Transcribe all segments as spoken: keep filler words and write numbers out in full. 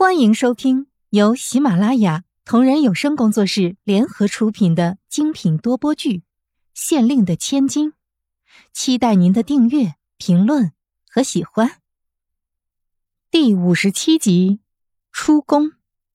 欢迎收听由喜马拉雅同人有声工作室联合出品的精品多播剧《县令的千金》，期待您的订阅、评论和喜欢。第五十七集，出宫。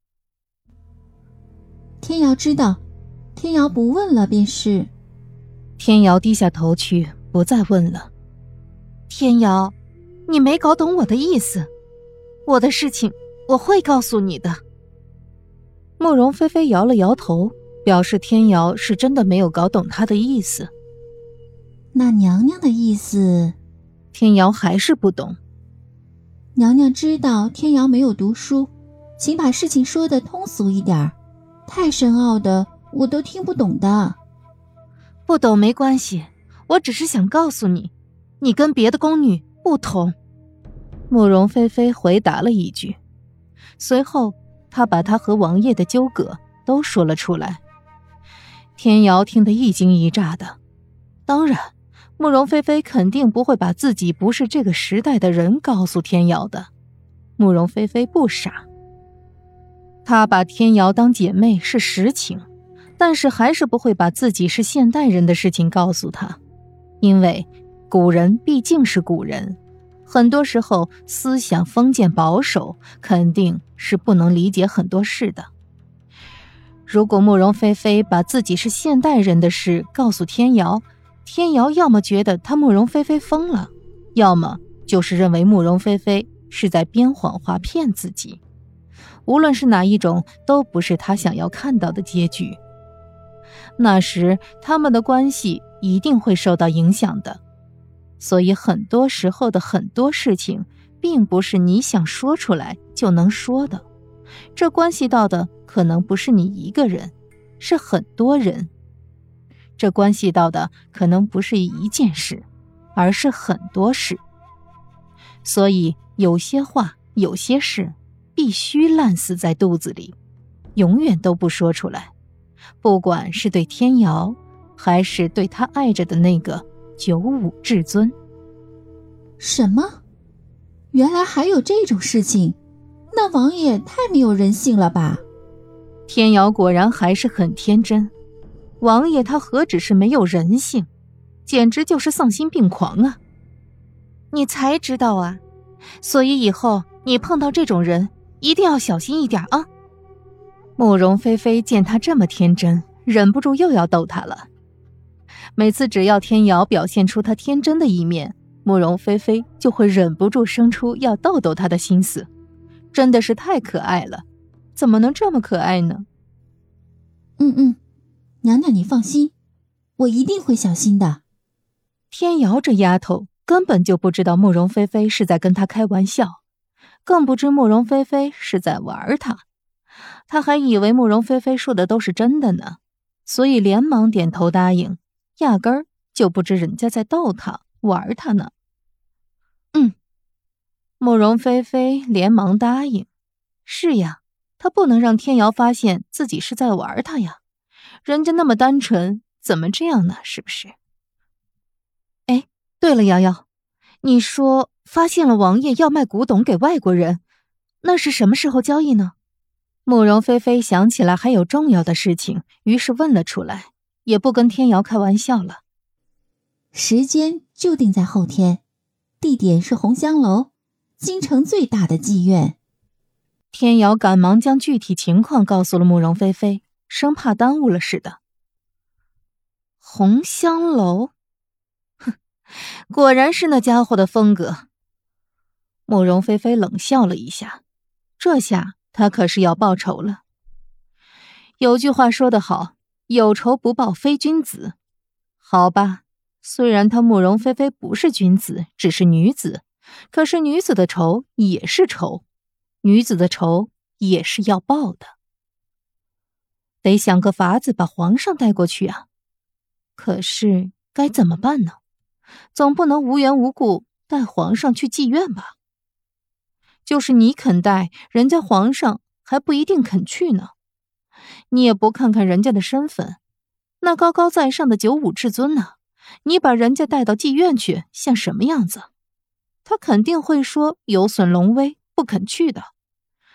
天瑶知道，天瑶不问了便是。 天瑶低下头去，不再问了。天瑶，你没搞懂我的意思，我的事情我会告诉你的。慕容菲菲摇了摇头，表示天瑶是真的没有搞懂她的意思。 那娘娘的意思， 天瑶还是不懂。 娘娘知道天瑶没有读书，请把事情说得通俗一点，太深奥的我都听不懂的。 不懂没关系，我只是想告诉你，你跟别的宫女不同。慕容菲菲回答了一句，随后她把她和王爷的纠葛都说了出来。天瑶听得一惊一乍的，当然慕容菲菲肯定不会把自己不是这个时代的人告诉天瑶的。慕容菲菲不傻，她把天瑶当姐妹是实情，但是还是不会把自己是现代人的事情告诉她，因为古人毕竟是古人，很多时候思想封建保守，肯定是不能理解很多事的。如果慕容菲菲把自己是现代人的事告诉天瑶，天瑶要么觉得她慕容菲菲疯了，要么就是认为慕容菲菲是在编谎话骗自己。无论是哪一种，都不是她想要看到的结局。那时他们的关系一定会受到影响的。所以很多时候的很多事情并不是你想说出来就能说的，这关系到的可能不是你一个人，是很多人。这关系到的可能不是一件事，而是很多事。所以有些话有些事必须烂死在肚子里，永远都不说出来，不管是对天瑶还是对他爱着的那个九五至尊。 什么？原来还有这种事情？那王爷太没有人性了吧？ 天瑶果然还是很天真。王爷他何止是没有人性，简直就是丧心病狂啊！你才知道啊，所以以后你碰到这种人一定要小心一点啊！慕容菲菲见他这么天真，忍不住又要逗他了。每次只要天瑶表现出她天真的一面，慕容菲菲就会忍不住生出要逗逗她的心思，真的是太可爱了，怎么能这么可爱呢？ 嗯嗯，娘娘你放心，我一定会小心的。 天瑶这丫头根本就不知道慕容菲菲是在跟她开玩笑，更不知慕容菲菲是在玩她，她还以为慕容菲菲说的都是真的呢，所以连忙点头答应，压根儿就不知人家在逗她玩她呢。嗯，慕容菲菲连忙答应。是呀，她不能让天瑶发现自己是在玩她呀，人家那么单纯，怎么这样呢？是不是？哎，对了，瑶瑶，你说发现了王爷要卖古董给外国人，那是什么时候交易呢？慕容菲菲想起来还有重要的事情，于是问了出来，也不跟天瑶开玩笑了。 时间就定在后天，地点是红香楼，京城最大的妓院。 天瑶赶忙将具体情况告诉了慕容菲菲，生怕耽误了似的。红香楼，哼，果然是那家伙的风格。慕容菲菲冷笑了一下，这下他可是要报仇了。有句话说得好，有仇不报非君子。好吧，虽然她慕容菲菲不是君子，只是女子，可是女子的仇也是仇，女子的仇也是要报的。得想个法子把皇上带过去啊。可是该怎么办呢？总不能无缘无故带皇上去妓院吧？就是你肯带，人家皇上还不一定肯去呢。你也不看看人家的身份，那高高在上的九五至尊呢、啊？你把人家带到妓院去，像什么样子？他肯定会说有损龙威，不肯去的。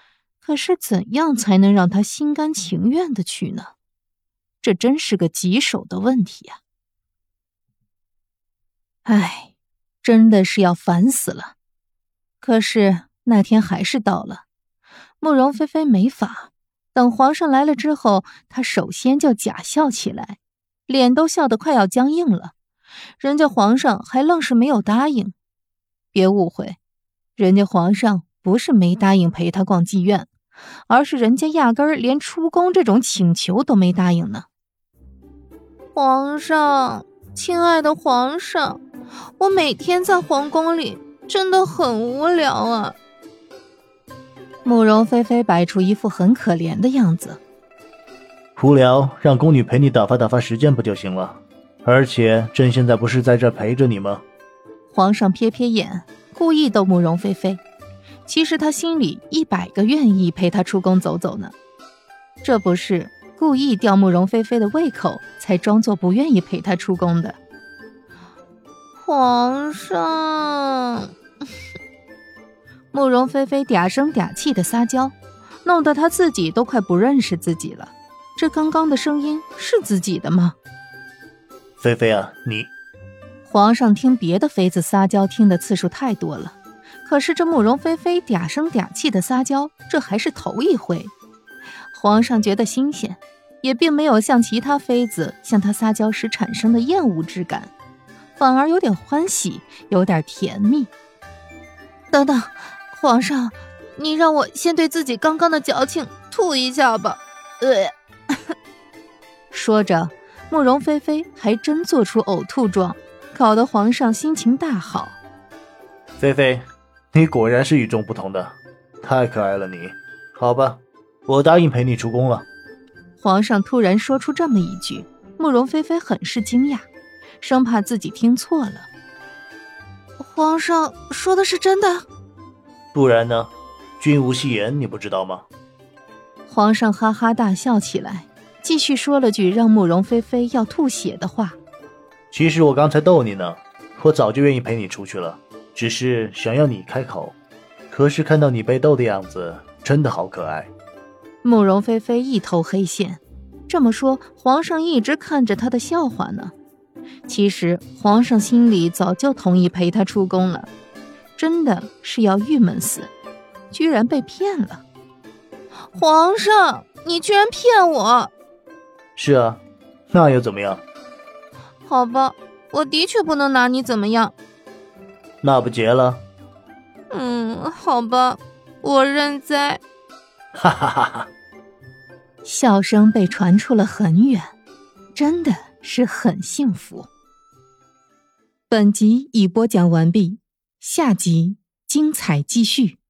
可是怎样才能让他心甘情愿的去呢？这真是个棘手的问题啊！唉，真的是要烦死了。可是那天还是到了，慕容菲菲没法，等皇上来了之后，她首先就假笑起来，脸都笑得快要僵硬了。人家皇上还愣是没有答应。别误会，人家皇上不是没答应陪她逛妓院，而是人家压根儿连出宫这种请求都没答应呢。皇上，亲爱的皇上，我每天在皇宫里真的很无聊啊。慕容菲菲摆出一副很可怜的样子。 无聊，让宫女陪你打发打发时间不就行了？而且朕现在不是在这陪着你吗？ 皇上瞥瞥眼，故意逗慕容菲菲。其实他心里一百个愿意陪她出宫走走呢。这不是故意吊慕容菲菲的胃口，才装作不愿意陪她出宫的。皇上，慕容菲菲嗲声嗲气的撒娇，弄得她自己都快不认识自己了。这刚刚的声音是自己的吗？ 菲菲啊，你…… 皇上听别的妃子撒娇听的次数太多了，可是这慕容菲菲嗲声嗲气的撒娇，这还是头一回。皇上觉得新鲜，也并没有像其他妃子向他撒娇时产生的厌恶之感，反而有点欢喜，有点甜蜜。等等，皇上，你让我先对自己刚刚的矫情吐一下吧。呃，说着，慕容菲菲还真做出呕吐状，搞得皇上心情大好。 菲菲，你果然是与众不同的，太可爱了你。好吧，我答应陪你出宫了。 皇上突然说出这么一句，慕容菲菲很是惊讶，生怕自己听错了。皇上说的是真的？ 不然呢？君无戏言，你不知道吗？ 皇上哈哈大笑起来，继续说了句让慕容菲菲要吐血的话。 其实我刚才逗你呢，我早就愿意陪你出去了，只是想要你开口。可是看到你被逗的样子，真的好可爱。 慕容菲菲一头黑线，这么说皇上一直看着她的笑话呢。其实皇上心里早就同意陪她出宫了，真的是要郁闷死，居然被骗了。皇上，你居然骗我！ 是啊，那又怎么样？ 好吧，我的确不能拿你怎么样。 那不结了？ 嗯，好吧，我认栽。 哈哈哈哈！ 笑声被传出了很远，真的是很幸福。本集已播讲完毕，下集精彩继续。